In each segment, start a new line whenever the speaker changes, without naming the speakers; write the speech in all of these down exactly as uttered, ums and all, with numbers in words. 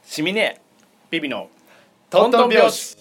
シミネビビのトントン拍子。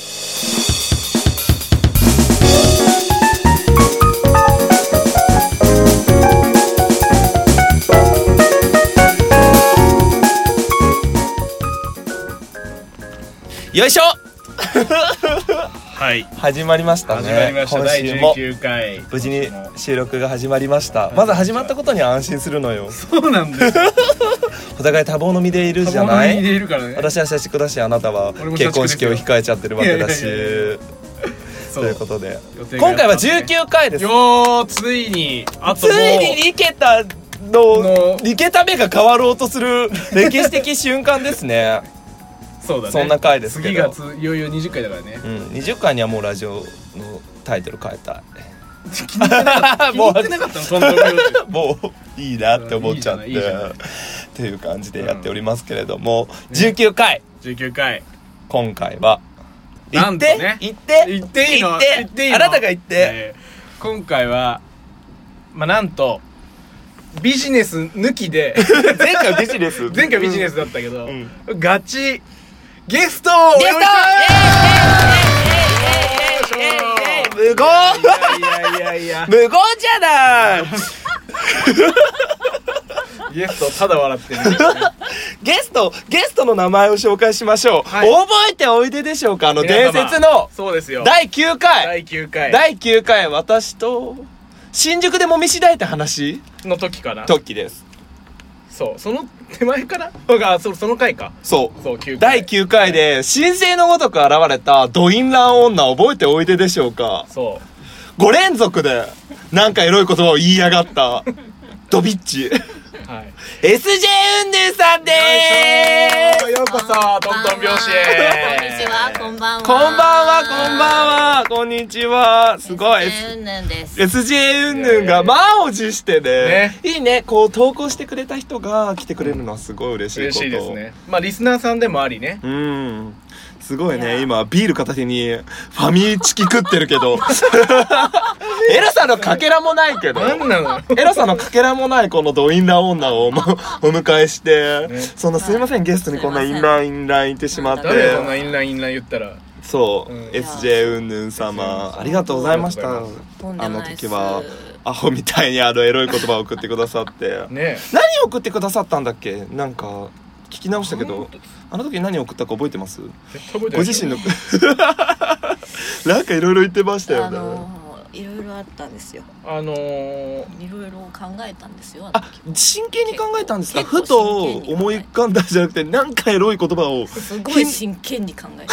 よいしょ
はい、
始まりましたね。
始まりました。だいじゅうきゅうかい
無事に収録が始まりました。まず始まったことには安心するのよ。
そうなんです
お互い多忙の身でいるじゃない。
多忙の身でいるからね。
私は社畜だし、あなたは結婚式を控えちゃってるわけだし。
いやいやいやいや
ということで今回はじゅうきゅうかいです。
よー、ついにあともう
ついにいけたのいけた目が変わろうとする歴史的瞬間ですね。
そうだね、
そんな回ですけど、
次がついよいよにじゅっかいだからね、
うん、にじゅっかいにはもうラジオのタイトル変えたい。
気に入ってなかった気に入ってなかったのその時
もういいなって思っちゃって、
いいじゃないいいじゃない
っていう感じでやっておりますけれども、うん、じゅうきゅうかい
じゅうきゅうかい
今回は言って、
なんとね、
言って
言っていいの
言っていいのあなたが言って、
えー、今回はまあなんとビジネス抜きで
前回ビジネス
前回ビジネスだったけど、
うん
うん、ガチゲストをお呼びした
無言
いやいやいや
無言じゃない
ゲストただ笑ってる
ゲストゲストの名前を紹介しましょう、はい、覚えておいででしょうか。あの伝説の
そうですよ
だいきゅうかい
だいきゅうかい
だいきゅうかい私と新宿でもみしだいた話
の時かな
時です。
そうその手前からあそその回か
そう
そうきゅうかい
だいきゅうかいで神聖のごとく現れたドインラン女覚えておいででしょうか。
そう
ご連続でなんかエロい言葉を言いやがったドビッチ、
はい、
エスジェー うんぬんさんでーす。
ようこそトントン拍子へ。
こんにちは、こんばんは。
こんばんは、こんばんは、こんにちは。すごい
エスジェー うんぬんです。
エスジェー うんぬんが満を持してね、
ね
いいね。こう投稿してくれた人が来てくれるのはすごい嬉しいこと。
嬉しいですね。まあリスナーさんでもありね。
うんすごいね。今ビール片手にファミチキ食ってるけどエロさのかけらもないけど
なんなの
エロさのかけらもないこのドインラン女をお迎えして、ね、そんなすいません、ゲストにこんなインラインラインってしまって、
誰がこんなインラインインライン言ったら
そう、
うん、
エスジェー うんぬん様ありがとうございました。あの時はアホみたいにあのエロい言葉を送ってくださって
ね、
何を送ってくださったんだっけ。なんか聞き直したけどあの時何を送ったか覚えてます？ご自身のなんかいろいろ言ってましたよね。
あのー、いろいろあったんですよ。
あのー、
いろいろ考えたんですよ。
あ、真剣に考えたんですか？ふと思い浮かんだんじゃなくてなんかエロい言葉を
すごい真剣に考えた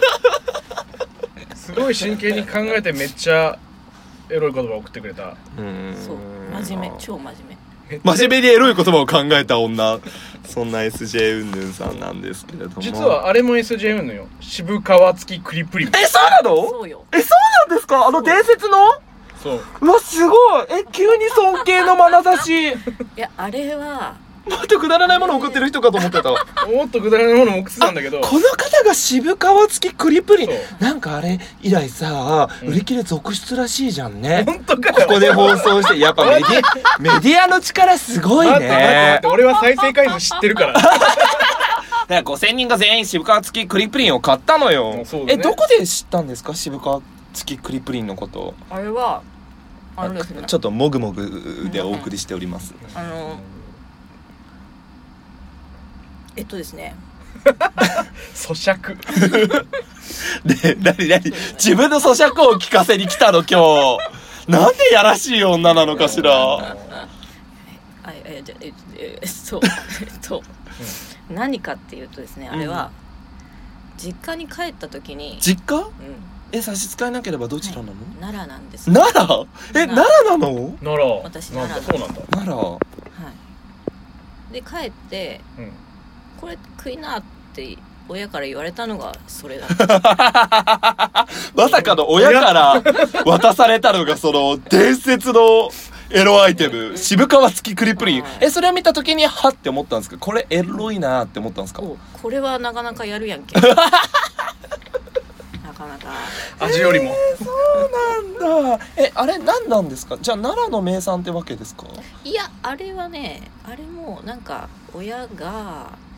すごい真剣に考えてめっちゃエロい言葉を送ってくれた。
うーん
そう真面目、超真面目
真面目にエロい言葉を考えた女そんな エスジェー うんぬんさんなんですけれども、
実はあれも エスジェー うんぬんよ。渋川付きクリプリ。
え、そうなの？
そうよ。
え、そうなんですか？あの伝説の？
そう。
うわ、すごい。え、急に尊敬の眼差し。い
や、あれは
もっとくだらないものを送ってる人かと思ってた。
もっとくだらないものも送ってたんだけど、
この方が渋川付きクリプリン。
そう
なんかあれ以来さ、
うん
売り切れ続出らしいじゃんね。
本当かよ。
ここで放送してやっぱメディアメディアの力すごいね。
待って待って待って、俺は再生回数知ってるから
だからごせんにんが全員渋川付きクリプリンを買ったのよ。
そうだね
え、どこで知ったんですか？渋川付きクリプリンのこと。
あれはあのですね、
ちょっともぐもぐでお送りしております。
あのえっとですね
咀嚼
で、なになに自分の咀嚼を聞かせに来たの今日。なんでやらしい女なのかしら。
あえじゃええそうえっと、うん、何かっていうとですね、あれは、うん、実家に帰った時に。
実家？うん、え、差し支えなければどちらなの？はい、
奈良なんです。
奈良？え、奈良なの？
奈良。
私
奈良。
そう
なんだ。
奈良。
はい。で帰って、うん、これ食いなって親から言われたのがそれだった
まさかの親から渡されたのがその伝説のエロアイテム渋川付きクリプリン。え、それを見た時にはって思ったんですか？これエロいなって思ったんですか？
これはなかなかやるやんけなかなか
味よりも、
えー、そうなんだ。え、あれ何なんですか？じゃあ奈良の名産ってわけですか？
いや、あれはね、あれもなんか親が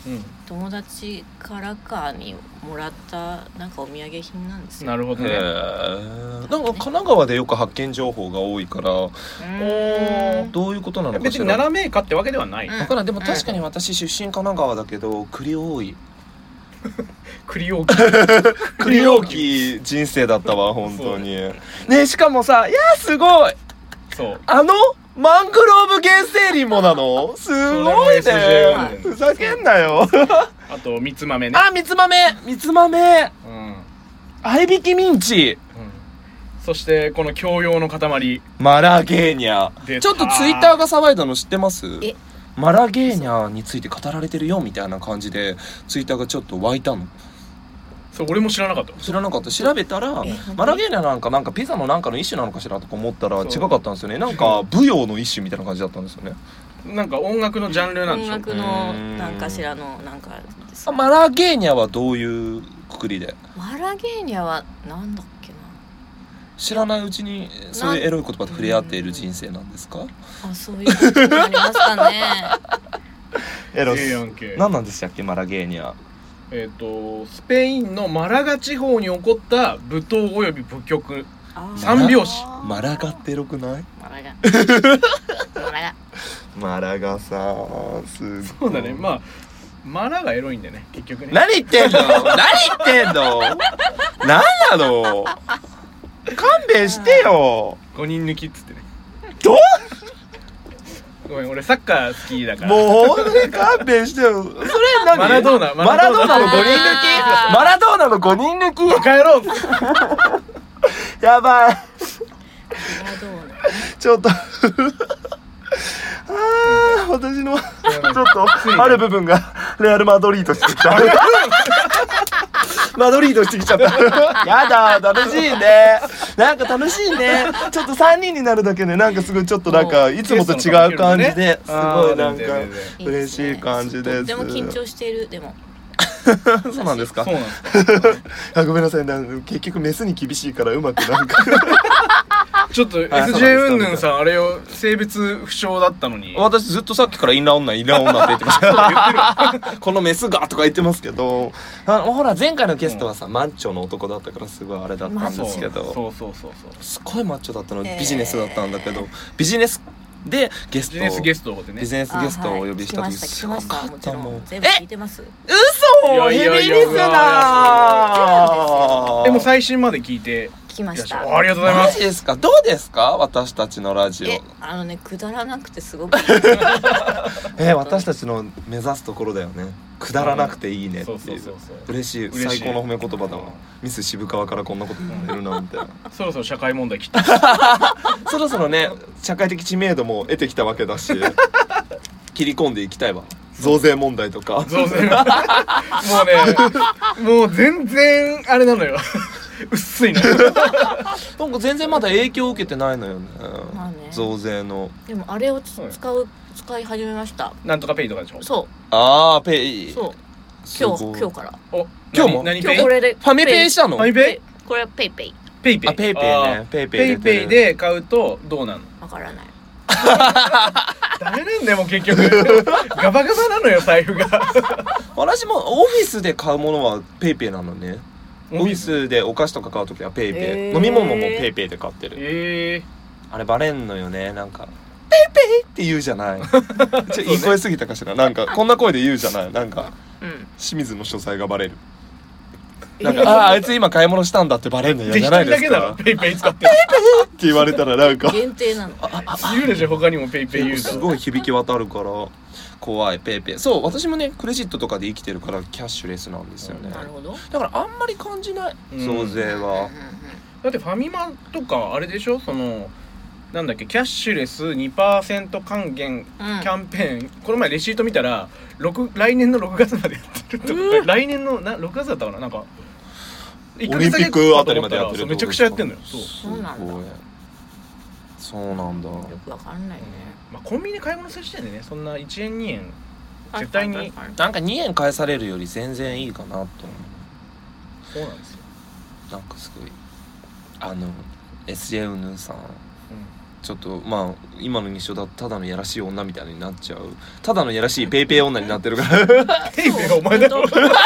うん
友達からかにもらったなんかお土産品なんですよ。
へ
なるほどね。
ーなんか神奈川でよく発見情報が多いから
うーん
どういうことなのか
別に
しら。
奈良メーカーってわけではない、
うん
だからんでも確かに私出身神奈川だけど栗多い
栗置き
栗大きい人生だったわ本当にね。しかもさ、いやすごい
そう
あのマングローブ原生林もなのすごいね。
それも エスジェー
ふざけんなよ
あとみつ豆ね。
あ、みつ豆みつ豆
うん、うん、
合いびきミンチ
そしてこの教養の塊
マラゲーニャ
出た
ちょっとツイッターが騒いだの知ってます？
え
マラゲーニャについて語られてるよみたいな感じでツイッターがちょっと湧いたの。
そう俺も知らなかった。
知らなかった。調べたら
え
マラゲーニャなんかなんかピザのなんかの一種なのかしらとか思ったら
そう
違かったんですよね。なんか舞踊の一種みたいな感じだったんですよね。
なんか音楽のジャンルなんでしょ。
音楽のなんかしらのなんかです
あマラゲーニャはどういうくくりで？
マラゲーニャはなんだっけな。
知らないうちにそういうエロい言葉と触れ合っている人生なんですか？
あ、そういうことになりますかね。
エロ
ええやんけ。
何なんでしたっけマラゲーニャ？
えっ、とスペインのマラガ地方に起こった舞踏および舞曲。
あー
三拍子
マラガってエロくない？
マラガマラガ
マラガさすごい。
そうだね。まあマラがエロいんだよね結局ね。
何言ってんの何言ってんの何なの勘弁してよ。
ごにん抜きっつってね。
どう
ごめん俺サッカー好きだから。
もう本当に勘弁してよ。それ何
マラドーナ
マラドーナのごにん抜き
あー
マラドーナのごにん抜き
バカ野郎。
やばい
マラドーナ
ちょっとあー私のちょっとある部分がレアルマドリードしてきたマドリードしてきちゃったやだ楽しいねなんか楽しいねちょっとさんにんになるだけでなんかすごいちょっとなんかいつもと違う感じですごいなんか
あ
嬉しい感じです。
とっても緊張しているでも
そうなんですか
そうなんですか。
あごめんなさいなんか結局メスに厳しいからうまくなんか
ちょっと エスジェー うんぬんさんあれよ性別不詳だったのに。
私ずっとさっきからインナー女インナー女って言ってましたこのメスがとか言ってますけどあほら前回のゲストはさ、マッチョの男だったからすごいあれだったんですけど
そうそうそうそう
すごいマッチョだったの
えー
ビジネスだったんだけど、ビジネスでゲスト
ビジネスゲストでね
ビ。ジネスゲストをお呼びした
あはい
時
聞きました聞きましたもちろん全部聞いてます
嘘
いやいやいや
ヘビーリスナー
でも最新まで聞いて
聞きました
いらっしゃるありがとうございます。
マジですかどうですか私たちのラジオ
えあのねくだらなくてすごく
えー、私たちの目指すところだよねくだらなくていいねって
そ
いうう
そうそうそう。
嬉しい
嬉しい
最高の褒め言葉だわミス渋川からこんなこと言われるなんて
そろそろ社会問題切って。
そろそろね社会的知名度も得てきたわけだし切り込んでいきたいわ増税問題とか
増税。もうねもう全然あれなのよ。薄いの。
なんか全然まだ影響を受けてないのよね
まあね
増税の
でもあれをつ
はい
使う使い始めました
なんとかペイとかでしょ。
そ
あーペイ
うそう
すごい
今日今日から
お
今日も
何ペイ
今日これで
ファミペイしたの
ファミペイ
これはペイペイ
ペイペイ
あペイペイね
あー
ペイペイ
ペイペイ
入れてる
で買うとどうなの？
わからない
ダメなんだよもう結局ガバガバなのよ財布が。
私もオフィスで買うものはペイペイなのねオフィスでお菓子とか買うときはペイペイ、
えー
飲み物もペイペイで買ってる
え
あれバレんのよねなんかペイペイって言うじゃないちょいい声すぎたかしらなんかこんな声で言うじゃないなんか
うん
清水の所在がバレるなんか、あああいつ今買い物したんだってバレんの
ー、
嫌
で一
じゃないです
人だけだろ
か
ペイペイ使ってる。
って言われたらなんか
限定なの
いるでしょ他にもペイペイユーザー。
すごい響き渡るから怖いペイペイそう私もねクレジットとかで生きてるからキャッシュレスなんですよね
なるほど
だからあんまり感じない
うん
増税は
だってファミマとかあれでしょそのなんだっけキャッシュレス にパーセント 還元キャンペーン、この前レシート見たらろく来年のろくがつまでやってるとか、来年のなろくがつだったかななんかいっかげつだけ
オリンピックあたりまでやってる
そうめちゃくちゃやってんのよ。そう、
そうなんだ
すごいそうなんだ
よくわかんないね
まあ、コンビニで買い物する時点でねそんないちえんにえん絶対に
なんかにえん返されるより全然いいかなと思う
そうなんですよ。
なんかすごいあの エスジェー ウヌさんちょっとまあ今の日常だとただのやらしい女みたいになっちゃう、ただのやらしいペイペイ女になってるから
ペイペイがお前だろ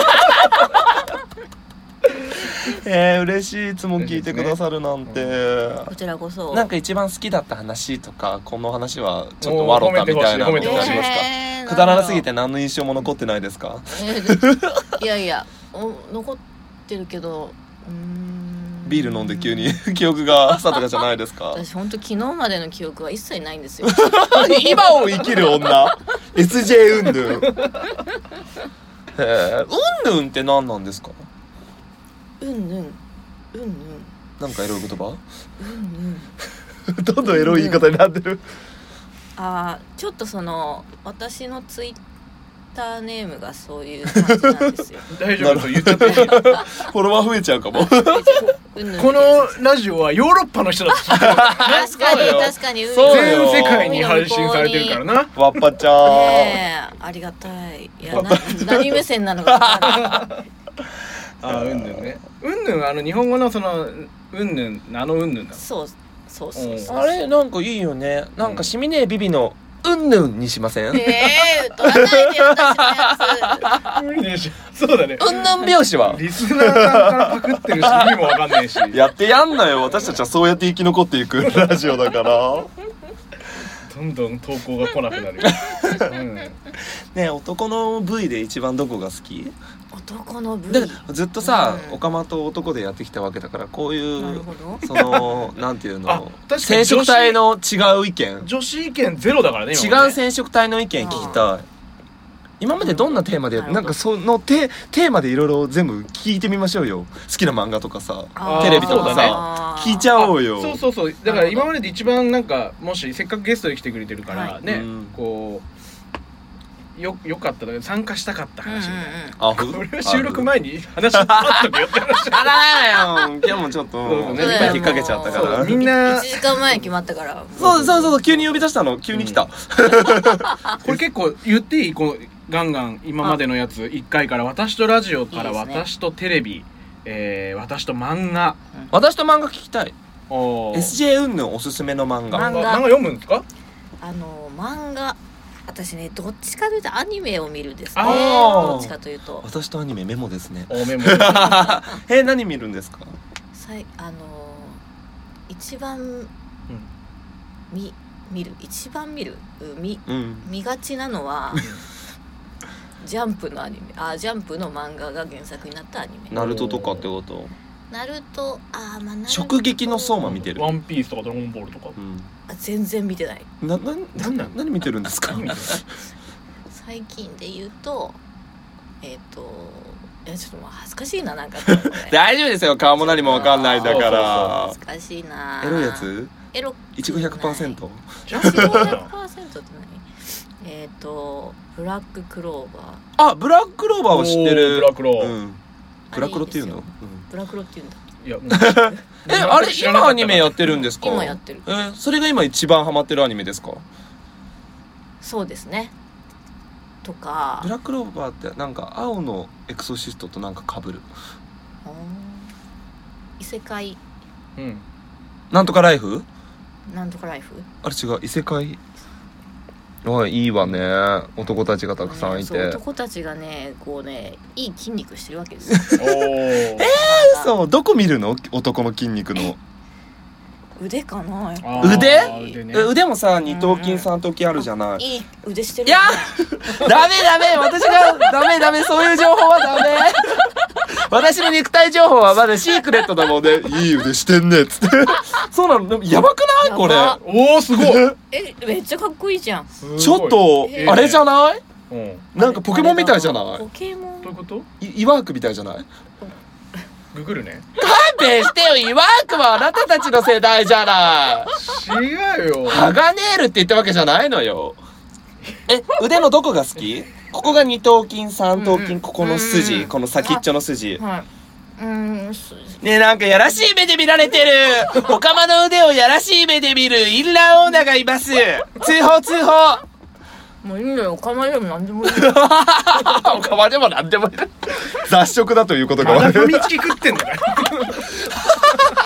えー、嬉しい、いつも聞いてくださるなんて、
こちらこそ。
なんか一番好きだった話とかこの話はちょっと笑ったみたいなのってありますか？
えー
くだらなすぎて何の印象も残ってないですか？
えーいやいやお残ってるけど、うーん
ビール飲んで急に記憶が朝とかじゃないですか？
私本当昨日までの記憶は一切ないんですよ
今を生きる女エスジェー うんぬんへえ、うんぬんって何なんですか？
うんぬんうんぬん
なんかエロい言葉？
うんうん
どんどんエロい言い方になってる。
あーちょっとその私のツイッターネームがそういう感じなんですよ
大丈夫です、言っちゃっていい
フォロワー増えちゃうかも。
うんぬん
このラジオはヨーロッパの人だって聞いてる
確かに
そうよ
確かに
そうよ
全世界に配信されてるからな。
わっぱちゃー、
ねえありがたい。いやな何目線なのか分かんない
あうんぬんね。うんぬんあの日本語のそのうんぬんあのうんぬんだ。
そうそうそうそう。
あれなんかいいよね。なんかしみねえビビのうんぬんにしません？
ええー、取らないで私のや
無理でしょ。そうだね。
うんぬん拍子は
リスナーさんからパクってるし意味もわかんないし。
やってやんなよ。私たちはそうやって生き残っていくラジオだから
どんどん投稿が来なくなる。うん
ねえ、男の部位で一番どこが好き？
つ。男の部位。
でずっとさ、
うん
オカマと男でやってきたわけだから、こうい
なる
う
ほど。
そのなんていう
あ
の
確かに
染色体の違う意見、
女子意見ゼロだからね。
違
今ね
う染色体の意見聞きたい。今までどんなテーマでやって、
なるほど
なんかそのテテーマでいろいろ全部聞いてみましょうよ。好きな漫画とかさ、
あー
テレビとか
そうだね
さ、聞いちゃおうよ。
そうそうそう。だから今までで一番なんかもしせっかくゲストで来てくれてるから
はい
ね、
うん
こうよよかっただけど参加したかった
うんうん
話みたいな。
あふ
これは収録前に話パッとくよって話。
あららよ。今日もちょっと
そうね
いっぱい引っ掛けちゃったか
そう
ら。
みんな
一時間前に決まったから。
そうそうそう、急に呼び出したの。急に来た。
これ結構言っていい？このガンガン今までのやついっかいから私とラジオから
いいですね
私とテレビ、えー、私と漫画。
私と漫画聞きたい。
おー
エスジェー うんぬんおすすめの漫画。
漫画
漫画読むんですか？
あの漫画。私ねどっちかというとアニメを見るですね。
あ
ー
どっちかというと。
私とアニメメモですね。
おメモ。
え、何見るんですか？
さいあのー一番見見る一番見るう見
うん。
見がちなのはジャンプのアニメあジャンプの漫画が原作になったアニメ。
ナルトとかってこと？
ナルトあーまあナルト
直撃の相馬見てる。
ワンピースとかドラゴンボールとか。
うん。
あ全然見てない。
な、な、
なんなん
何見てるんですか？
最近で言うとえっ、といやちょっともう恥ずかしいななんかこれ
大丈夫ですよ。顔も何もわかんないんだから
恥。ずかしいな。
エロいやつ？
エロ
いちご ひゃくパーセント？
ジャンプ
いちご
だ
ひゃく
な。
パーセント って何？えっ、とブラッククローバー
あ、ブラッククローバーを知ってる。
おーブラクロ。
うん。ブラクロっていうの？うん
ブラクロって言うんだ。
いやもう
え、あれ今アニメやってるんですか？
今やってる
えー、それが今一番ハマってるアニメですか？
そうですね。とか
ブラッククローバーってなんか青のエクソシストとなんか被る。
あー異世界
うん。
なんとかライフ？
なんとかライフ
あれ違う、異世界。あ、いいわね。男たちがたくさんい
そう
て。
男たちがねこうねいい筋肉してるわけですよ
おー。
そう、どこ見るの？男の筋肉の。
腕かなやっぱ
あー
腕
腕ね
え腕もさ、二頭筋三頭筋あるじゃない。
いい腕してる
いやダメダメ、私がダメダメ、そういう情報はダメ。私の肉体情報はまだシークレットだもんね。いい腕してんねっつって。そうなの、でもやばくないこれ。
やば
おーすごい。
えめっちゃかっこいいじゃん。
すごい
ちょっと
えー
あれじゃない？
うん。
なんかポケモンみたいじゃない
ポ？ケモン
どういうこと？
いイワークみたいじゃない？
ググるね。
勘弁してよ、イワークはあなたたちの世代じゃない。
違うよ。
ハガネールって言ったわけじゃないのよ。え、腕のどこが好き？ここが二頭筋三頭筋、
うん
ここの
う
筋、
ん
この先っちょの筋。
はい。うーんす
ねえ、なんかやらしい目で見られてる。おかまの腕をやらしい目で見るインラーオーナーがいます。通報通報。
もういいんだよ。お構いでもなんでもいいよ。
おかまでもなんでもいい。雑食だということが
まだ
分かる。
ファミチキ食ってんのかよ。
口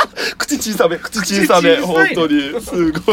口小さめ口小さめ
口小
本
さい
当にすごい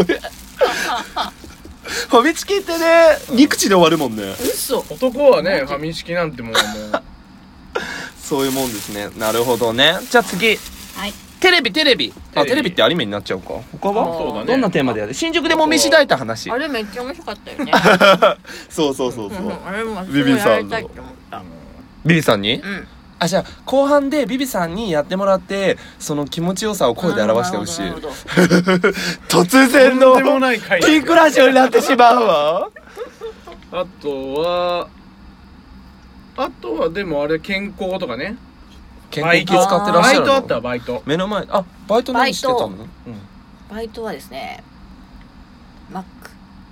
ファミチキってねに口で終わるもんね。
嘘。
男はねファミチキなんてもうもう
そういうもんですね。なるほどね。じゃあ次
はい。
テレビテレビあ
テレビ
テレビってアニメになっちゃうか。他は
そうだね
どんなテーマでやる？新宿でも飯抱いた話。
あれめっちゃ面白かったよね。
そうそうそうそう。
あれも
ビビさんの
やりたいって思った。
ビビさんに？
うん。
あ、じゃあ後半でビビさんにやってもらってその気持ちよさを声で表してほしい。
なるほどなるほど
突然の
とんでもない回
ピンクラジオになってしまうわ。
あとはあとはでもあれ健康とかね。
健康気使ってらっしゃるの？
バイトあったわバイト。
目の前あバイト何してたの？
うん。
バイトはですね、マック。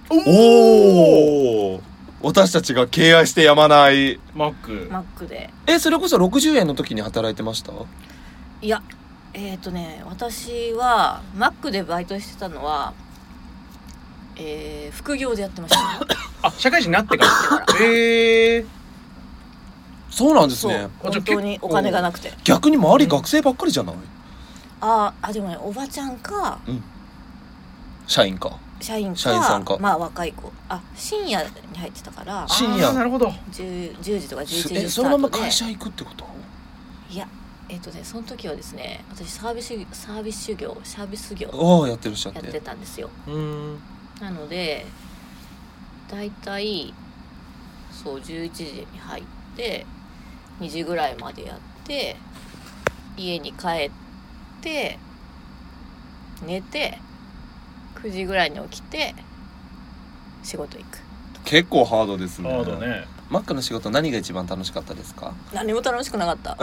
おお私たちが敬愛してやまない。
マック。
マックで。
えそれこそろくじゅうえんの時に働いてました？
いや、えっとね、私はマックでバイトしてたのは、えー、副業でやってました。
あ社会人になってから。へえ。
そうなんです
そう
ね。
本当にお金がなくて。
逆に周り学生ばっかりじゃない？
ああでもね、おばちゃんか
社員か
社員か
社員さんか
まあ若い子、あ深夜に入ってたから
深夜
あーなるほど。
10, 10時とかじゅういち
え
じス
そのまま
タートで。
会社行くってこと？
いやえっ、とねその時はですね、私サービスサービス業サービス業
ああやってるっしゃって
やってたんですよ。
うーん
なのでだいたいそうじゅういちじに入ってにじぐらいまでやって家に帰って寝てくじぐらいに起きて仕事行く。
結構ハードですね。
ハードね。
マックの仕事何が一番楽しかったですか？
何も楽しくなかった。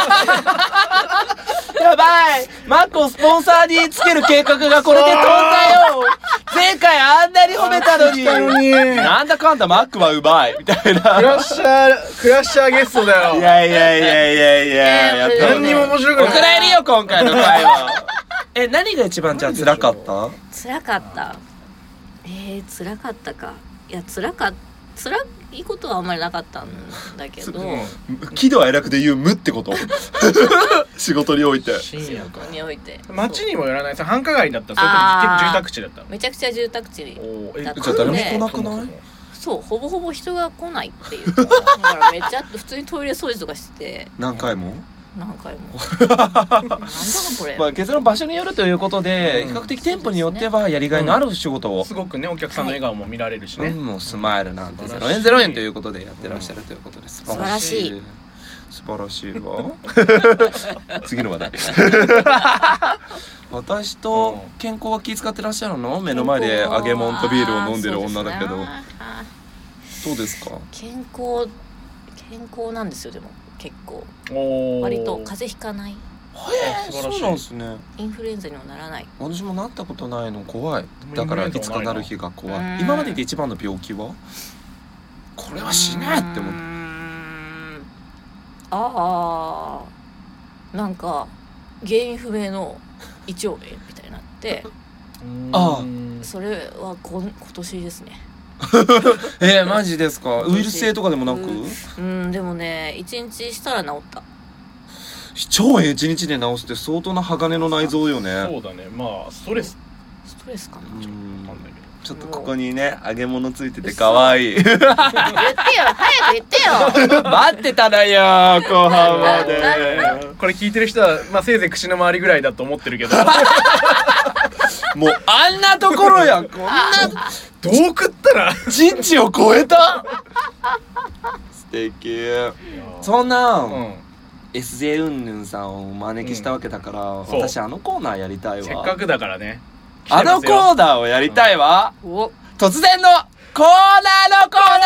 やばいマックをスポンサーにつける計画がこれで飛んだよ前回あんなに褒めたのになんだかんだマックはうまいみたい
ク
な
ラッシャークラッシャーゲストだよ。
いやいやいやいやいややった
何にも面白くない。
お蔵入りよ今回の回はえ何が一番じゃあ辛かった？
辛かったえー、辛かったか。いや辛か辛いことはあんまりなかったんだけど、
喜怒哀楽で言う無ってこと仕事において
仕
深夜か
事において
街にもよらないさ繁華街だったらそれ
あー
とも住宅地だったの？
めちゃくちゃ住宅地に
おーえ
だった
じゃあ誰も
ね
来なくない？
そうほぼほぼ人が来ないっていうかだからめっちゃ普通にトイレ掃除とかしてて
何回も
何回もなんだこれ、
まあ結論場所によるということで、
うん
比較的店舗によってはやりがいのある仕事を、
すごくねお客さんの笑顔も見られるしね。
うん、もうスマイルなんてゼロ
素晴らしい
円ゼロ円ということでやってらっしゃるということです。
素晴らしい
素晴らしいわ次の話題私と健康は気遣ってらっしゃるの？目の前で揚げ物とビールを飲んでる女だけど、
あー
どうですか？
健康健康なんですよ。でも結構
おー
割と風邪ひかない、
へえ、そうなんですね。
インフルエンザにもならない。
私もなったことないの怖い。だからいつかなる日が怖
うん
い。今までで一番の病気は？これは死ねって思って
うーんああなんか原因不明の胃腸炎みたいになって
あ
それはこん今年ですね。
えー、マジですか？ウイルス性とかでもなく？
うんでもね一日したら治った。
腸炎一日で治すって相当な鋼の内臓よね。
そうだね。まあストレス
ストレスかな。
うん
ちょっとわかんないけど
ちょっとここにね揚げ物ついてて可愛い
言ってよ早く言ってよ。
待ってたのよ後半まで
これ聞いてる人はまあせいぜい口の周りぐらいだと思ってるけど
もうあんなところやこんな
どう食ったら
人知を超えた素敵そんな、
うん、
エスジェー うんぬんさんをお招きしたわけだから、
うんそう
私あのコーナーやりたいわ。
せっかくだからね
あのコーナーをやりたいわ、
お
突然のコーナーのコーナ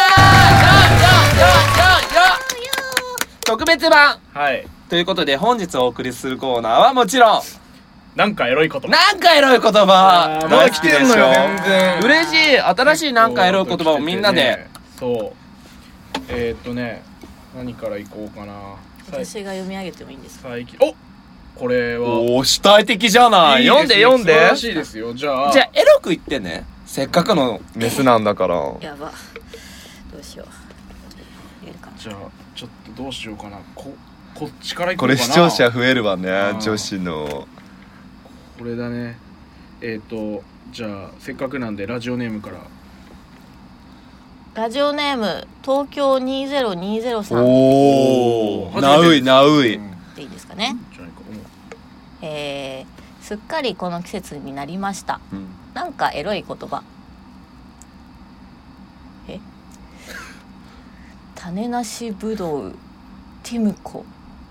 ーよよよよよ特別版
はい
ということで本日お送りするコーナーはもちろん
なんかエロいこと
なんかエロい言葉
あーまだ来てんのよ全然
嬉しい新しいなんかエロい言葉をみんなで
そうえー、っとね何からいこうかな
私が読み上げてもいいんですか？
最近おこれは
おー主体的じゃない
いいですね
読んで読んで
素晴らしいですよじゃあ
じゃあエロく言ってねせっかくのメスなんだから
やばどうしよう言えるかな。
じゃあちょっとどうしようかなここっちからいこ
こ
うかな
れ視聴者増えるわね
うん
女子の
これだね。えっ、ー、とじゃあせっかくなんでラジオネームから。
ラジオネーム東京にせんにじゅうさん。
おお、ナウイナウイ、
でいいですかね。えー、すっかりこの季節になりました、うん、なんかエロい言葉。え種なしぶどうティムコ。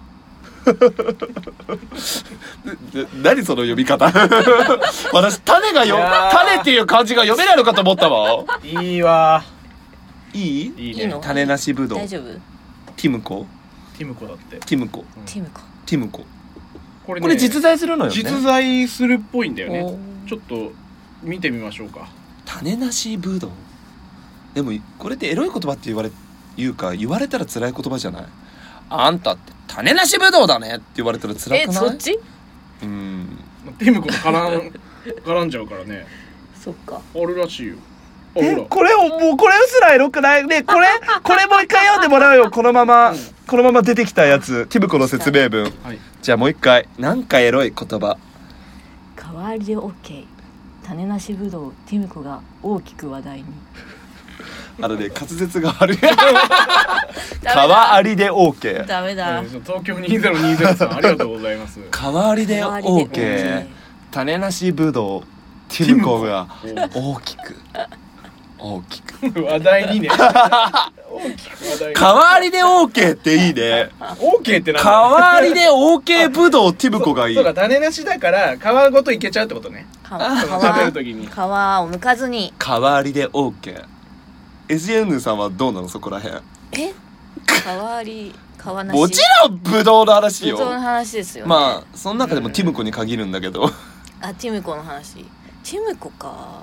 何その呼び方。私種がよ種っていう漢字が読めないのかと思ったわ。
いいわ。
いい？
いいね。
種なしぶどう。
大丈夫？
ティムコ？
ティムコだって。
ティムコ。
ティムコ。
ティムコ。
これね、
これ実在するのよね。
実在するっぽいんだよね。ちょっと見てみましょうか。
種なしぶどう。でもこれってエロい言葉って言われ言うか言われたら辛い言葉じゃない？あんたって種なしぶどうだねって言われたら辛くない？
え、そっち？
うん。
ティムコと絡ん絡んじゃうからね。
そっか。
あるらしいよ。
え、これをもうこれすらエロくないね。これこれもう一回読んでもらうよ。このまま、うん、このまま出てきたやつ、ティムコの説明文、はい、じゃあもう一回。なんかエロい言葉。
代わりで OK。 種なしぶどうティムコが大きく話題に。
あのね、滑舌が悪い。代わりで OK。
ダメだ。
東京にせんにじゅうさんありがとうございます。
代わりで OK。 種なしぶどうティムコが大きく大きく
話題にね。大きく話題に。
代わりで OK っていいね。
OK ってなんだ。
代わりで OK ぶどうティムコがいい。
そうか、種なしだから皮ごといけちゃうってことね。
皮
食べるときに
皮を剥かずに。
代わりで OK。 エスジェーエヌ さんはどうなの、そこらへん。
え、代わり皮なし。
もちろんぶどうの話よ。
ぶどうの話ですよね。
まあその中でもティムコに限るんだけど。
あ、ティムコの話。ティムコか。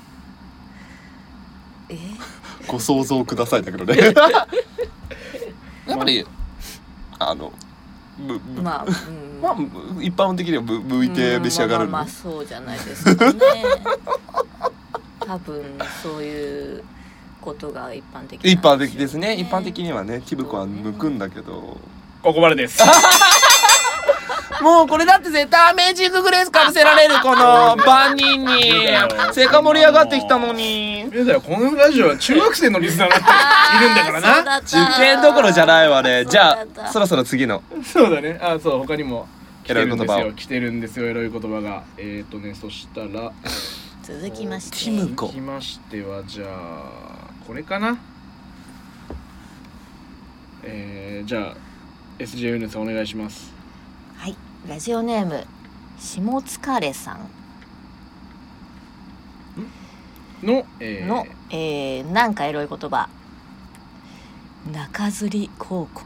え
ご想像くださいだけどね。やっぱりあの
まあ、うん、
まあ一般的には向いて召し上がるの。
まあまあそうじゃないですかね。多分そういうことが一般的なんですよね。
一般的ですね。一般的にはね、ティムコは剥くんだけど。
ここまでです。
もうこれだって絶対アメージンググレースかぶせられる、この万人に。せっかく盛り上がってきたのに。
いやだよ、このラジオは中学生のリスナーがいるんだからな。
受験どころじゃないわね。じゃあそろそろ次の。
そうだね。あ、そう、他にも来てるんですよ。来てるんですよ、エロい言葉が。えーとね、そしたら
続きまして
ティムコ。
続きましてはじゃあこれかな。えー、じゃあ エスジェーエヌ さんお願いします。
はい、ラジオネーム下疲れさん
の、えー、
の、えー、なんかエロい言葉。中吊り広告。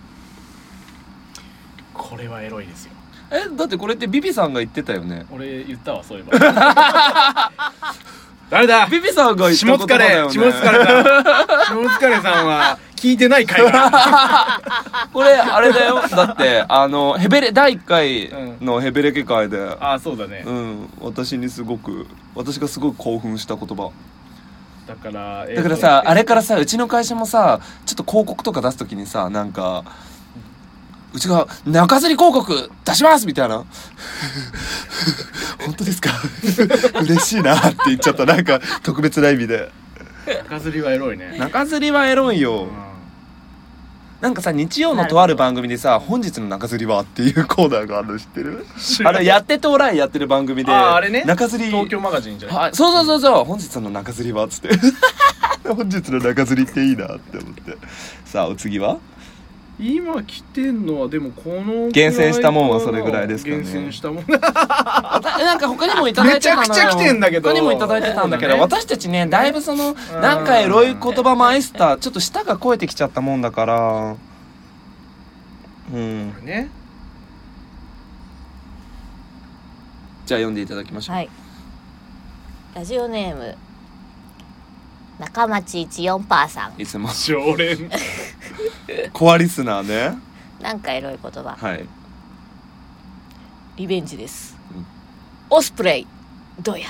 これはエロいですよ。
え、だってこれってビビさんが言ってたよね。
俺言ったわ、そういえば。誰だ。
ビビさんが言った言葉だよね。
下疲れさん下疲れさんは聞いてない回が。
これあれだよ。だってあのヘベレだいいっかいのヘベレケ会で、うん、
あ、そうだね、
うん、私にすごく私がすごく興奮した言葉
だから、
だからさ、あれからさ、うちの会社もさ、ちょっと広告とか出すときにさ、なんかうちが中吊り広告出しますみたいな。本当ですか。嬉しいなって言っちゃった。なんか特別な意味で。
中吊りはエロいね。
中吊りはエロいよ、うん、なんかさ、日曜のとある番組でさ、本日の中吊りはっていうコーナーがあるの知ってる？あれやってとらいやってる番組で、
あ、あれね、
中吊り
東京マガジンじゃない、
はい、そうそうそうそう、本日の中吊りはっつって。本日の中吊りっていいなって思って。さあお次は
今来てんのはでもこの
厳選したもんはそれぐらいですかね。
厳選したもん。
なんか他にもいただいてたのよ。
めちゃくちゃ来てんだけど。
他にもいただいてたんだけど、ね、私たちね、だいぶそのなんかエロい言葉マイスター、ちょっと舌が肥えてきちゃったもんだから、うん。
これね。
じゃあ読んでいただきましょう。
はい。ラジオネーム中町いちじゅうよんパーセントさん。
いつも常連。
コアリスナーね。
なんかエロい言葉。
はい。
リベンジです。うん、オスプレイどうや。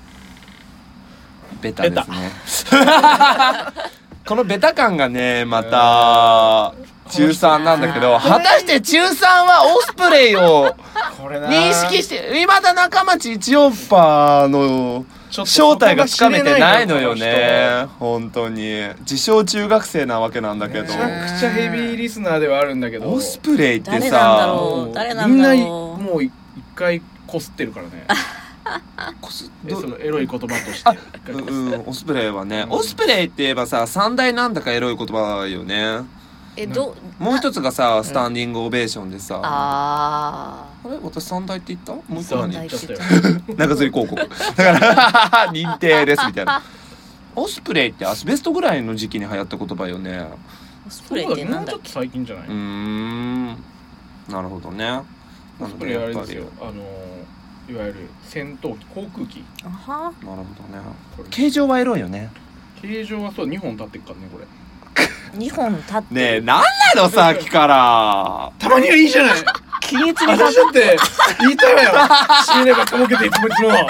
ベタですね。このベタ感がね、また中さんなんだけど、果たして中さんはオスプレイを
これな
認識して今田中町一オッパーの
ちょっと
正体がつかめてないのよ
そこが知れ
ね本当に自称中学生なわけなんだけど
めちゃくちゃヘビーリスナーではあるんだけど
オスプレイって
誰なんだ
さ
ろ
も
う誰なんだろう
みんなもう一回こすってるからね
こす
えそのエロい言葉として一回
う
こすって
んオスプレイはね
うん
オスプレイって言えばさ三大なんだかエロい言葉よね
えど
もう一つがさスタンディングオベーションでさあ
あ
れ私三大って言ったもう一個
そう
何
言っちゃったよ
中吊り広告だから認定ですみたいなオスプレイってアスベストぐらいの時期に流行った言葉よね
ーオスプレイってなんだっけ
もうちょっと最近じゃないう
ーんなるほどねなの
オスプレイあ
でやっぱり
れですよあのいわゆる戦闘機航空機
あは
なるほどね
これ
形状はエロいよね
形状はそうにほん立ってっからねこれ
にほん立って
ねえなんなのさっきから
たまにはいいじゃない
均一に
私だって言いたいわよ仕入れがとぼけていつもいつも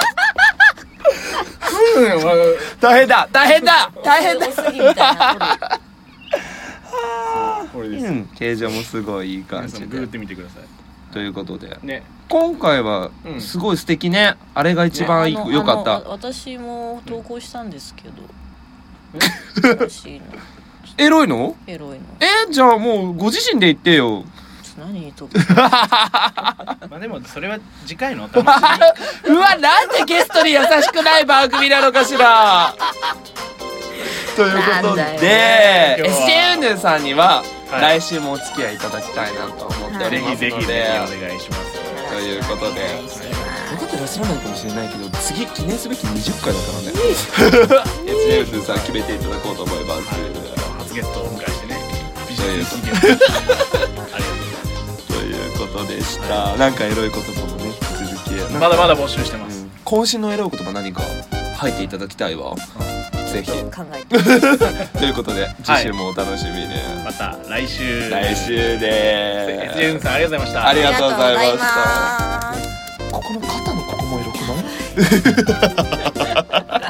そうだよ
大変だ大変だ大変だ
多すぎみたいな
これです
うん形状もすごいいい感じ
皆さんググっ
で
てみてください
ということで
ね
今回は
うん
すごい素敵ねあれが一番いい
あの
良かっ
あの
た
私も投稿したんですけど新しいの
エロいの
エロいの
えじゃあもうご自身で言ってよ
ちょっと何と
まあでもそれは次回のお楽し
うわなんでゲストに優しくない番組なのかしらということ
なんだよ
で
今日は
エスジェー ウンヌンさんには
はい
来週もお付き合いいただきたいなと思ってお
みぜ
りますの
ひぜひぜひ
で
お願いします
ということで
お願いします
分かってらっしゃらないかもしれないけど次記念すべきにじゅっかいだからね エスジェー ウンヌンさん決めていただこうと思います
初ゲストをお迎えしてねビジ
という
ネスゲストありがとうござい
ということでしたなんかエロい言葉もね引き続き
ますまだまだ募集してま
う
す
ん渾身のエロい言葉何か吐いていただきたいわぜひ
考えて
ということで次週もお楽しみに、
また来週
来週で
エスジェー ウンさんありがとうございました
ありがとうございました
ありがとうございます
ここの肩のここもエロくない